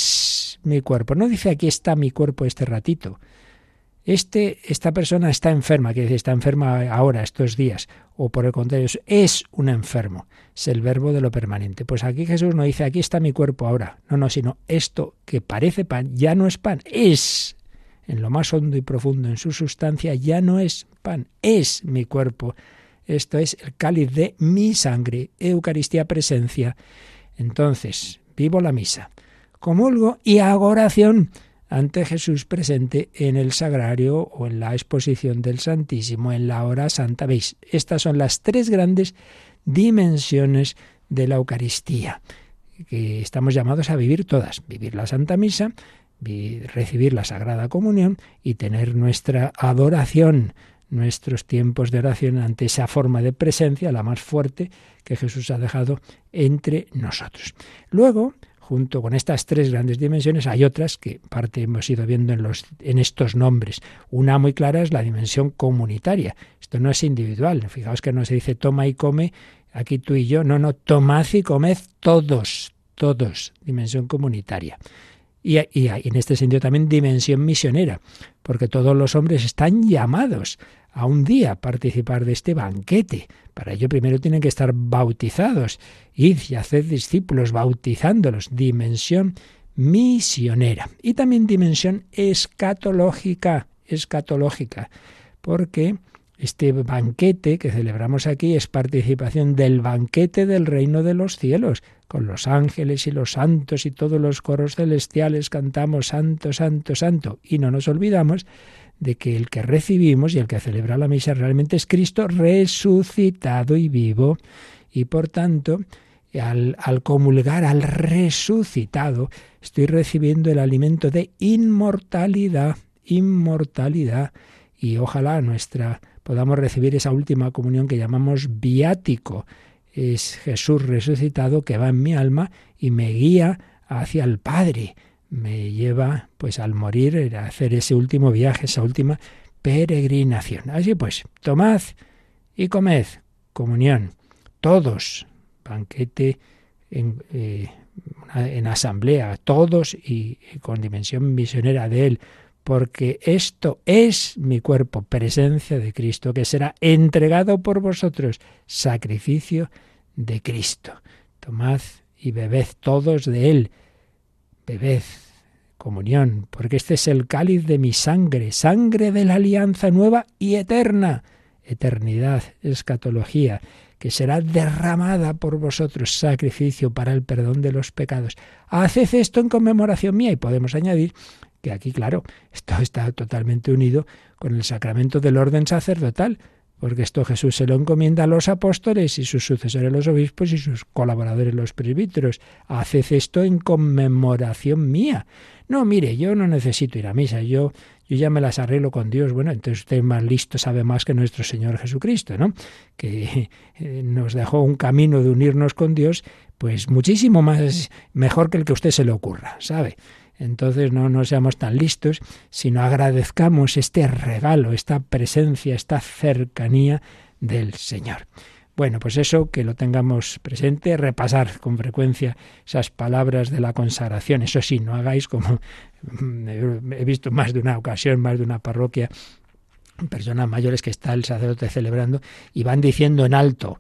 [SPEAKER 2] es mi cuerpo. No dice, aquí está mi cuerpo este ratito. Esta persona está enferma, que dice, está enferma ahora, estos días. O por el contrario, es un enfermo. Es el verbo de lo permanente. Pues aquí Jesús no dice, aquí está mi cuerpo ahora. No, sino esto que parece pan, ya no es pan, es, en lo más hondo y profundo en su sustancia, ya no es pan, es mi cuerpo. Esto es el cáliz de mi sangre, Eucaristía, presencia. Entonces, vivo la misa, comulgo y hago oración ante Jesús presente en el sagrario o en la exposición del Santísimo, en la hora santa. ¿Veis? Estas son las tres grandes dimensiones de la Eucaristía, que estamos llamados a vivir todas. Vivir la Santa Misa, recibir la Sagrada Comunión y tener nuestra adoración, nuestros tiempos de oración ante esa forma de presencia, la más fuerte que Jesús ha dejado entre nosotros. Luego, junto con estas tres grandes dimensiones, hay otras que parte hemos ido viendo en estos nombres. Una muy clara es la dimensión comunitaria. Esto no es individual. Fijaos que no se dice toma y come, aquí tú y yo. No, tomad y comed todos. Dimensión comunitaria. Y en este sentido también dimensión misionera, porque todos los hombres están llamados a un día participar de este banquete. Para ello primero tienen que estar bautizados. Id y haced discípulos, bautizándolos. Dimensión misionera. Y también dimensión escatológica, porque este banquete que celebramos aquí es participación del banquete del reino de los cielos. Con los ángeles y los santos y todos los coros celestiales cantamos Santo, Santo, Santo. Y no nos olvidamos de que el que recibimos y el que celebra la misa realmente es Cristo resucitado y vivo. Y por tanto, al comulgar al resucitado, estoy recibiendo el alimento de inmortalidad. Y ojalá podamos recibir esa última comunión que llamamos viático. Es Jesús resucitado que va en mi alma y me guía hacia el Padre, me lleva pues al morir a hacer ese último viaje, esa última peregrinación. Así pues, tomad y comed, comunión, todos, banquete en asamblea, todos y con dimensión misionera de Él, porque esto es mi cuerpo, presencia de Cristo, que será entregado por vosotros, sacrificio de Cristo. Tomad y bebed todos de Él, bebed, comunión, porque este es el cáliz de mi sangre, sangre de la alianza nueva y eterna, eternidad, escatología, que será derramada por vosotros, sacrificio para el perdón de los pecados. Haced esto en conmemoración mía. Y podemos añadir que aquí, claro, esto está totalmente unido con el sacramento del orden sacerdotal, porque esto Jesús se lo encomienda a los apóstoles y sus sucesores los obispos y sus colaboradores los presbíteros. Haced esto en conmemoración mía. No, mire, yo no necesito ir a misa, yo ya me las arreglo con Dios. Bueno, entonces usted es más listo, sabe más que nuestro Señor Jesucristo, ¿no? Que nos dejó un camino de unirnos con Dios, pues muchísimo más mejor que el que a usted se le ocurra, ¿sabe? Entonces no seamos tan listos, sino agradezcamos este regalo, esta presencia, esta cercanía del Señor. Bueno, pues eso, que lo tengamos presente, repasar con frecuencia esas palabras de la consagración. Eso sí, no hagáis como he visto más de una ocasión, más de una parroquia, personas mayores que está el sacerdote celebrando y van diciendo en alto,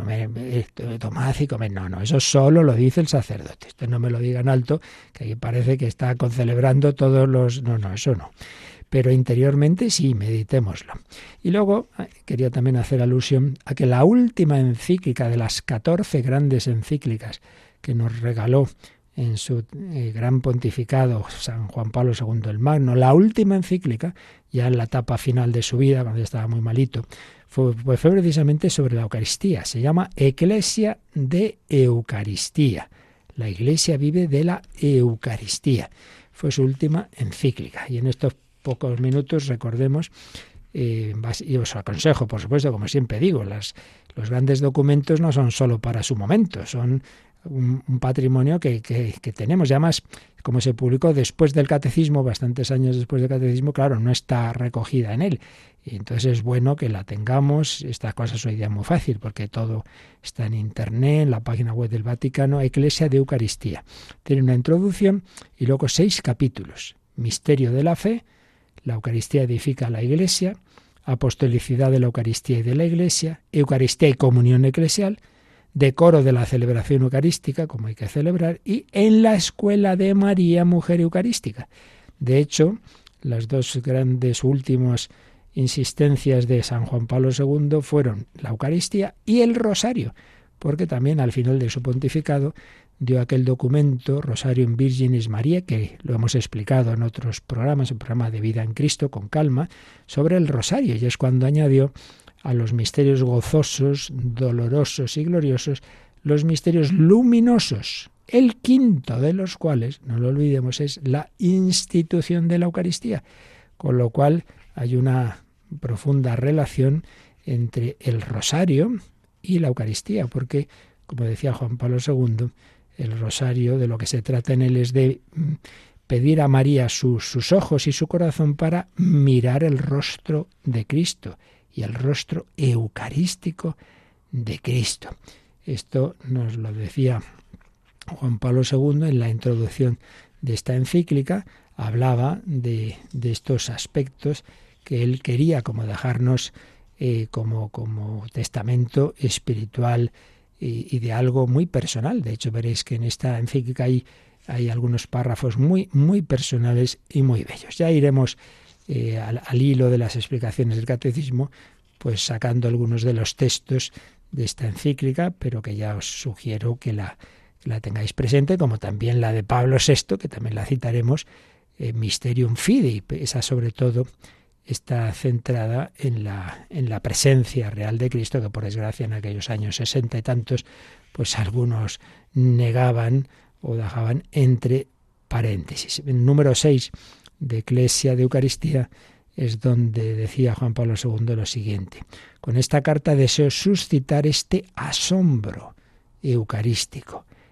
[SPEAKER 2] tomad y comed. No, eso solo lo dice el sacerdote. Esto no me lo diga en alto, que aquí parece que está concelebrando todos los... No, eso no. Pero interiormente sí, meditémoslo. Y luego quería también hacer alusión a que la última encíclica de las 14 grandes encíclicas que nos regaló en su gran pontificado San Juan Pablo II el Magno, la última encíclica, ya en la etapa final de su vida, cuando estaba muy malito, fue precisamente sobre la Eucaristía. Se llama Ecclesia de Eucaristía. La Iglesia vive de la Eucaristía. Fue su última encíclica. Y en estos pocos minutos recordemos, y os aconsejo, por supuesto, como siempre digo, los grandes documentos no son solo para su momento, son un patrimonio que tenemos. Y además, como se publicó después del catecismo, bastantes años después del catecismo, claro, no está recogida en él. Y entonces es bueno que la tengamos. Estas cosas hoy día es muy fácil, porque todo está en Internet, en la página web del Vaticano, Ecclesia de Eucaristía. Tiene una introducción y luego 6 capítulos. Misterio de la fe, la Eucaristía edifica la Iglesia, apostolicidad de la Eucaristía y de la Iglesia, Eucaristía y comunión eclesial, decoro de la celebración eucarística, como hay que celebrar, y en la escuela de María, mujer eucarística. De hecho, las dos grandes últimas insistencias de San Juan Pablo II fueron la Eucaristía y el Rosario, porque también al final de su pontificado dio aquel documento, Rosarium Virginis Mariae, que lo hemos explicado en otros programas, el programa de Vida en Cristo, con calma, sobre el Rosario, y es cuando añadió a los misterios gozosos, dolorosos y gloriosos, los misterios luminosos, el quinto de los cuales, no lo olvidemos, es la institución de la Eucaristía, con lo cual hay una profunda relación entre el Rosario y la Eucaristía, porque, como decía Juan Pablo II, el Rosario, de lo que se trata en él es de pedir a María sus ojos y su corazón para mirar el rostro de Cristo, y el rostro eucarístico de Cristo. Esto nos lo decía Juan Pablo II en la introducción de esta encíclica. Hablaba de estos aspectos que él quería como dejarnos como testamento espiritual y de algo muy personal. De hecho, veréis que en esta encíclica hay algunos párrafos muy, muy personales y muy bellos. Ya iremos al hilo de las explicaciones del catecismo, pues sacando algunos de los textos de esta encíclica, pero que ya os sugiero que la tengáis presente, como también la de Pablo VI, que también la citaremos, Mysterium Fidei. Esa sobre todo está centrada en la presencia real de Cristo, que por desgracia en aquellos años 60 y tantos, pues algunos negaban o dejaban entre paréntesis. En número 6 de Ecclesia de Eucaristía es donde decía Juan Pablo II lo siguiente: con esta carta deseo suscitar este asombro eucarístico,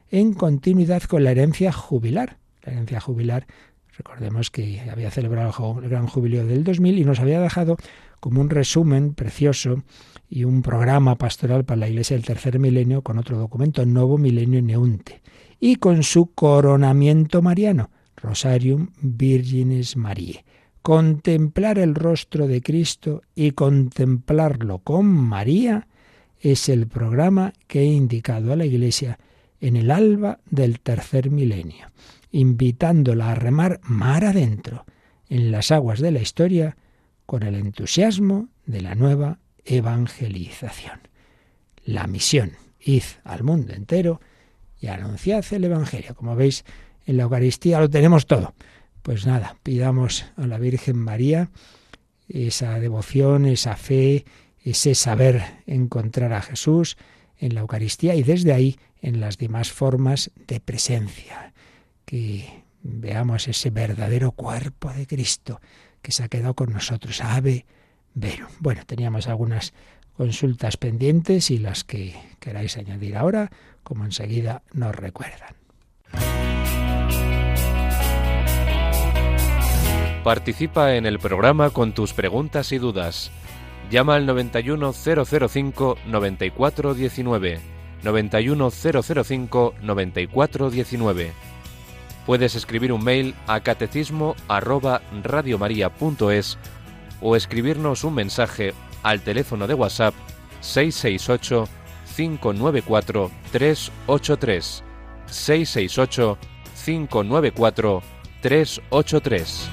[SPEAKER 2] en continuidad con la herencia jubilar. La herencia jubilar, recordemos que había celebrado el gran jubileo del 2000 y nos había dejado como un resumen precioso y un programa pastoral para la Iglesia del tercer milenio con otro documento, Novo Milenio Neunte, y con su coronamiento mariano, Rosarium Virginis Mariae. Contemplar el rostro de Cristo y contemplarlo con María es el programa que he indicado a la Iglesia en el alba del tercer milenio, invitándola a remar mar adentro en las aguas de la historia con el entusiasmo de la nueva evangelización. La misión, id al mundo entero y anunciad el Evangelio. Como veis, en la Eucaristía lo tenemos todo. Pues nada, pidamos a la Virgen María esa devoción, esa fe, ese saber encontrar a Jesús en la Eucaristía y desde ahí en las demás formas de presencia. Que veamos ese verdadero cuerpo de Cristo que se ha quedado con nosotros. Ave Verum. Bueno, teníamos algunas consultas pendientes y las que queráis añadir ahora, como enseguida nos recuerdan.
[SPEAKER 5] Participa en el programa con tus preguntas y dudas. Llama al 91005-9419, 91005-9419. Puedes escribir un mail a catecismo@radiomaria.es o escribirnos un mensaje al teléfono de WhatsApp 668 594 383, 668 594 383.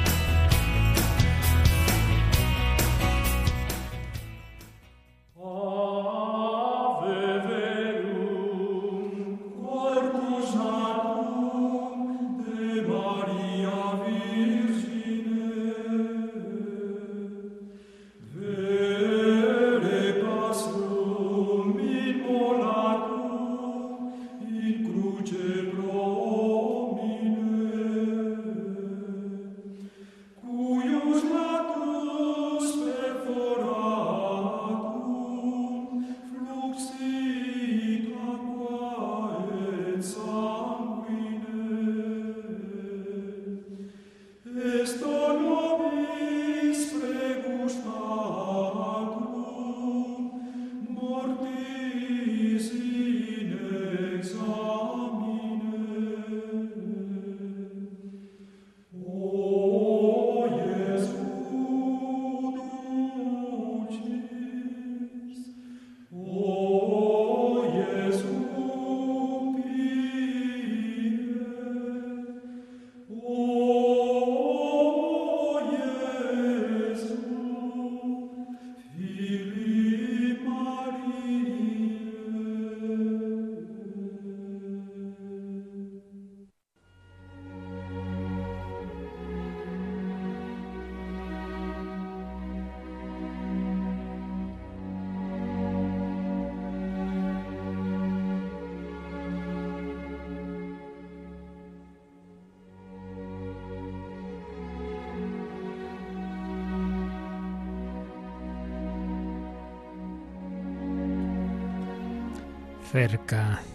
[SPEAKER 2] Cerca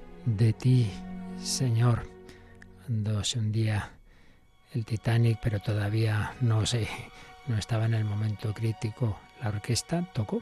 [SPEAKER 2] de ti, Señor. Cuando un día el Titanic, pero todavía no estaba en el momento crítico, la orquesta tocó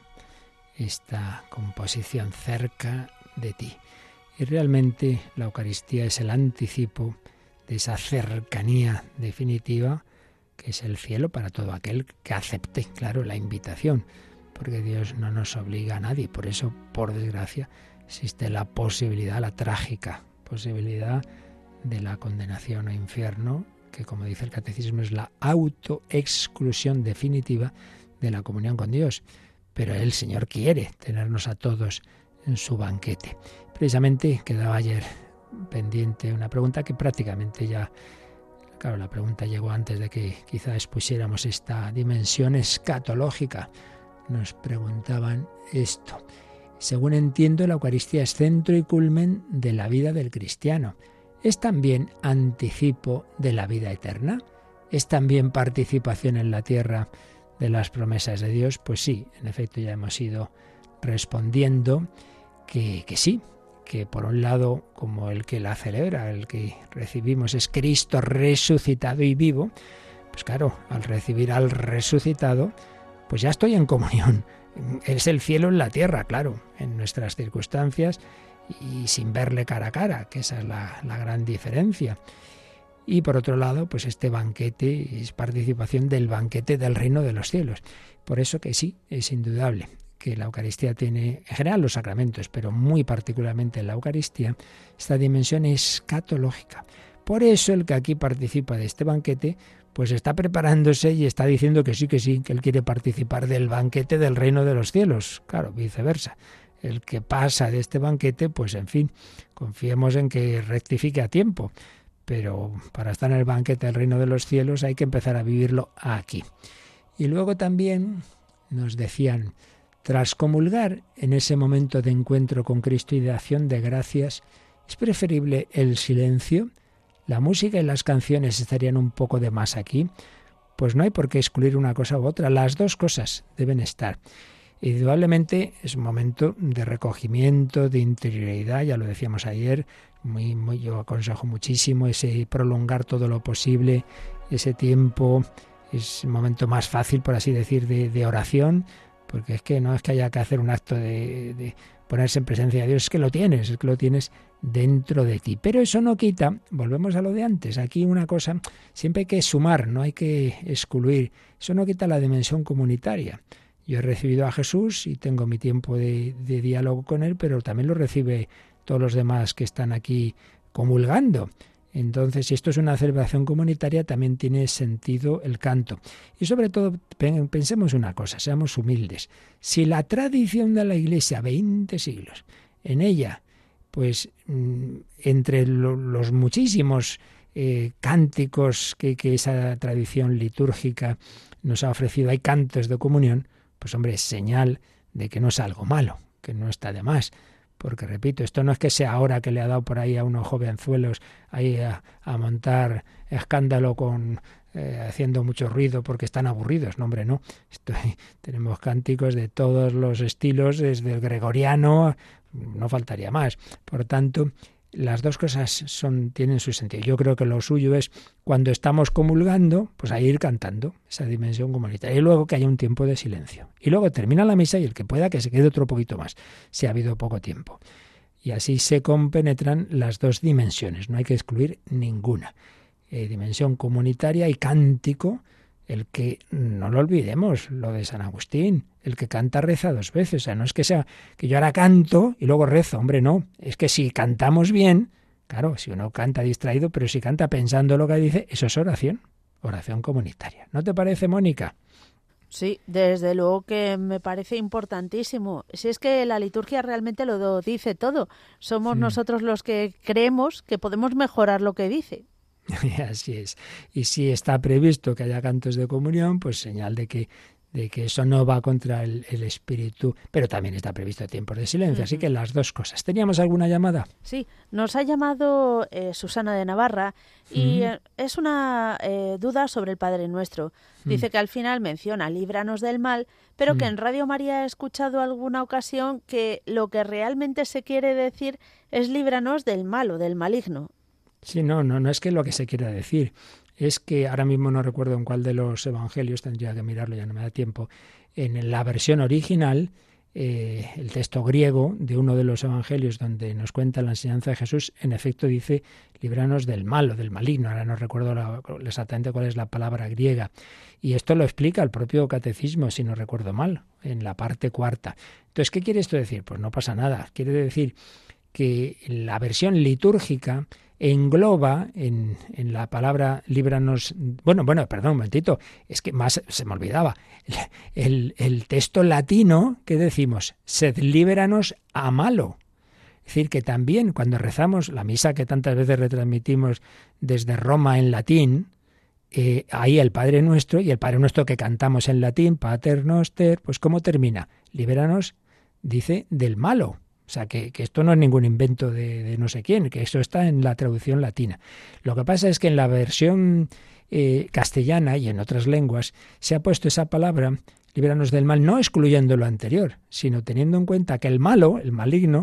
[SPEAKER 2] esta composición, Cerca de ti. Y realmente la Eucaristía es el anticipo de esa cercanía definitiva que es el cielo para todo aquel que acepte, claro, la invitación, porque Dios no nos obliga a nadie. Por eso, por desgracia, existe la posibilidad, la trágica posibilidad de la condenación o infierno, que, como dice el Catecismo, es la autoexclusión definitiva de la comunión con Dios. Pero el Señor quiere tenernos a todos en su banquete. Precisamente quedaba ayer pendiente una pregunta que prácticamente ya... Claro, la pregunta llegó antes de que quizá expusiéramos esta dimensión escatológica. Nos preguntaban esto. Según entiendo, la Eucaristía es centro y culmen de la vida del cristiano. ¿Es también anticipo de la vida eterna? ¿Es también participación en la tierra de las promesas de Dios? Pues sí, en efecto ya hemos ido respondiendo que sí, que por un lado, como el que la celebra, el que recibimos es Cristo resucitado y vivo, pues claro, al recibir al resucitado, pues ya estoy en comunión. Es el cielo en la tierra, claro, en nuestras circunstancias y sin verle cara a cara, que esa es la gran diferencia. Y por otro lado, pues este banquete es participación del banquete del reino de los cielos. Por eso que sí, es indudable que la Eucaristía tiene, en general los sacramentos, pero muy particularmente en la Eucaristía, esta dimensión escatológica. Por eso el que aquí participa de este banquete, pues está preparándose y está diciendo que sí, que él quiere participar del banquete del reino de los cielos. Claro, viceversa. El que pasa de este banquete, pues en fin, confiemos en que rectifique a tiempo. Pero para estar en el banquete del reino de los cielos hay que empezar a vivirlo aquí. Y luego también nos decían, tras comulgar en ese momento de encuentro con Cristo y de acción de gracias, ¿es preferible el silencio? ¿La música y las canciones estarían un poco de más aquí? Pues no hay por qué excluir una cosa u otra, las dos cosas deben estar. Indudablemente es un momento de recogimiento, de interioridad, ya lo decíamos ayer, yo aconsejo muchísimo ese prolongar todo lo posible, ese tiempo, es un momento más fácil, por así decir, de oración, porque es que no es que haya que hacer un acto de ponerse en presencia de Dios, es que lo tienes dentro de ti. Pero eso no quita, volvemos a lo de antes, aquí una cosa, siempre hay que sumar, no hay que excluir, eso no quita la dimensión comunitaria. Yo he recibido a Jesús y tengo mi tiempo de diálogo con Él, pero también lo recibe todos los demás que están aquí comulgando. Entonces, si esto es una celebración comunitaria, también tiene sentido el canto. Y sobre todo, pensemos una cosa, seamos humildes. Si la tradición de la Iglesia, 20 siglos, en ella, pues entre los muchísimos cánticos que esa tradición litúrgica nos ha ofrecido, hay cantos de comunión, pues hombre, es señal de que no es algo malo, que no está de más. Porque, repito, esto no es que sea ahora que le ha dado por ahí a unos jovenzuelos ahí a montar escándalo haciendo mucho ruido porque están aburridos. No, hombre, no. Tenemos cánticos de todos los estilos, desde el gregoriano, no faltaría más. Por tanto, las dos cosas tienen su sentido. Yo creo que lo suyo es, cuando estamos comulgando, pues a ir cantando esa dimensión comunitaria. Y luego que haya un tiempo de silencio. Y luego termina la misa y el que pueda que se quede otro poquito más, si ha habido poco tiempo. Y así se compenetran las dos dimensiones. No hay que excluir ninguna. Dimensión comunitaria y cántico. El que, no lo olvidemos, lo de San Agustín, el que canta reza dos veces. O sea, no es que sea que yo ahora canto y luego rezo, hombre, no. Es que si cantamos bien, claro, si uno canta distraído, pero si canta pensando lo que dice, eso es oración comunitaria. ¿No te parece, Mónica?
[SPEAKER 3] Sí, desde luego que me parece importantísimo. Si es que la liturgia realmente lo dice todo. Somos nosotros los que creemos que podemos mejorar lo que dice.
[SPEAKER 2] Así es. Y si está previsto que haya cantos de comunión, pues señal de que eso no va contra el espíritu, pero también está previsto tiempos de silencio, así que las dos cosas. ¿Teníamos alguna llamada?
[SPEAKER 3] Sí, nos ha llamado Susana de Navarra y es una duda sobre el Padre Nuestro. Dice que al final menciona líbranos del mal, pero que en Radio María ha escuchado alguna ocasión que lo que realmente se quiere decir es líbranos del malo, del maligno.
[SPEAKER 2] Sí, no es que lo que se quiera decir, es que ahora mismo no recuerdo en cuál de los evangelios, tendría que mirarlo, ya no me da tiempo, en la versión original, el texto griego de uno de los evangelios donde nos cuenta la enseñanza de Jesús, en efecto dice, líbranos del malo, del maligno, ahora no recuerdo exactamente cuál es la palabra griega, y esto lo explica el propio catecismo, si no recuerdo mal, en la parte cuarta. Entonces, ¿qué quiere esto decir? Pues no pasa nada, quiere decir que la versión litúrgica engloba en la palabra líbranos, perdón, un momentito, es que más se me olvidaba, el texto latino, ¿qué decimos? Sed líbranos a malo. Es decir, que también cuando rezamos la misa que tantas veces retransmitimos desde Roma en latín, ahí el Padre Nuestro, y el Padre Nuestro que cantamos en latín, Pater Noster, pues ¿cómo termina? Líbranos, dice, del malo. O sea, que esto no es ningún invento de no sé quién, que eso está en la traducción latina. Lo que pasa es que en la versión castellana y en otras lenguas se ha puesto esa palabra, líbranos del mal, no excluyendo lo anterior, sino teniendo en cuenta que el malo, el maligno,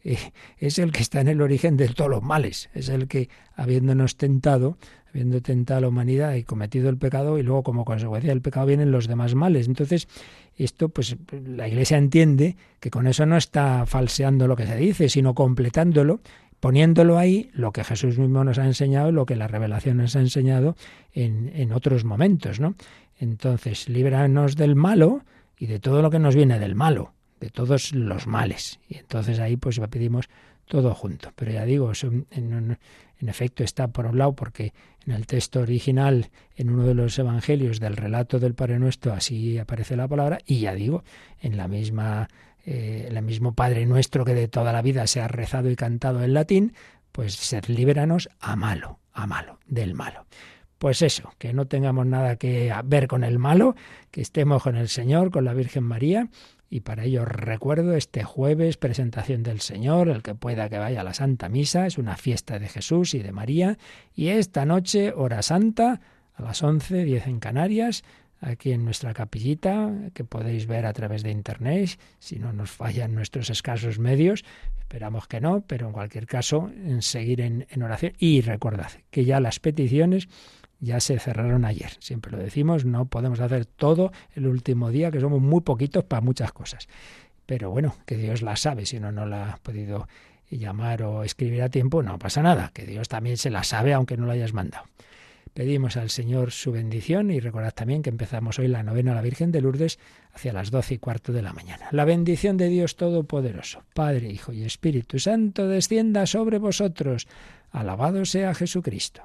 [SPEAKER 2] es el que está en el origen de todos los males, es el que, habiendo tentado a la humanidad y cometido el pecado, y luego como consecuencia del pecado vienen los demás males. Entonces, esto, pues la Iglesia entiende que con eso no está falseando lo que se dice, sino completándolo, poniéndolo ahí, lo que Jesús mismo nos ha enseñado y lo que la revelación nos ha enseñado en otros momentos, ¿no? Entonces, líbranos del malo y de todo lo que nos viene del malo, de todos los males. Y entonces ahí pues pedimos todo junto. Pero ya digo, eso en efecto está por un lado porque en el texto original, en uno de los evangelios del relato del Padre Nuestro, así aparece la palabra, y ya digo, en la misma el mismo Padre Nuestro que de toda la vida se ha rezado y cantado en latín, pues ser líbranos a malo, del malo. Pues eso, que no tengamos nada que ver con el malo, que estemos con el Señor, con la Virgen María, y para ello recuerdo este jueves, presentación del Señor, el que pueda que vaya a la Santa Misa, es una fiesta de Jesús y de María, y esta noche, hora santa, a las 11:10 en Canarias, aquí en nuestra capillita, que podéis ver a través de internet, si no nos fallan nuestros escasos medios, esperamos que no, pero en cualquier caso, en seguir en oración. Y recordad que ya las peticiones ya se cerraron ayer, siempre lo decimos, no podemos hacer todo el último día, que somos muy poquitos para muchas cosas, pero bueno, que Dios la sabe, si no la ha podido llamar o escribir a tiempo, no pasa nada, que Dios también se la sabe aunque no la hayas mandado. Pedimos al Señor su bendición y recordad también que empezamos hoy la novena a la Virgen de Lourdes hacia las 12:15 de la mañana. La bendición de Dios Todopoderoso, Padre, Hijo y Espíritu Santo, descienda sobre vosotros. Alabado sea Jesucristo.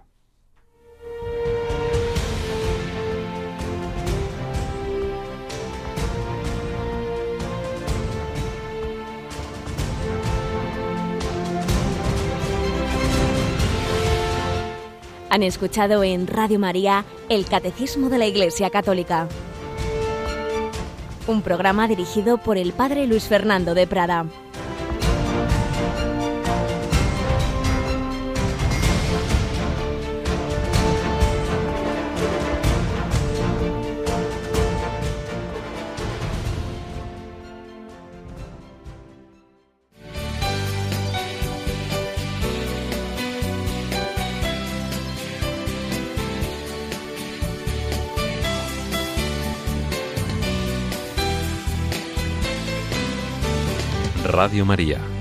[SPEAKER 1] Han escuchado en Radio María el Catecismo de la Iglesia Católica, un programa dirigido por el Padre Luis Fernando de Prada.
[SPEAKER 5] Radio María,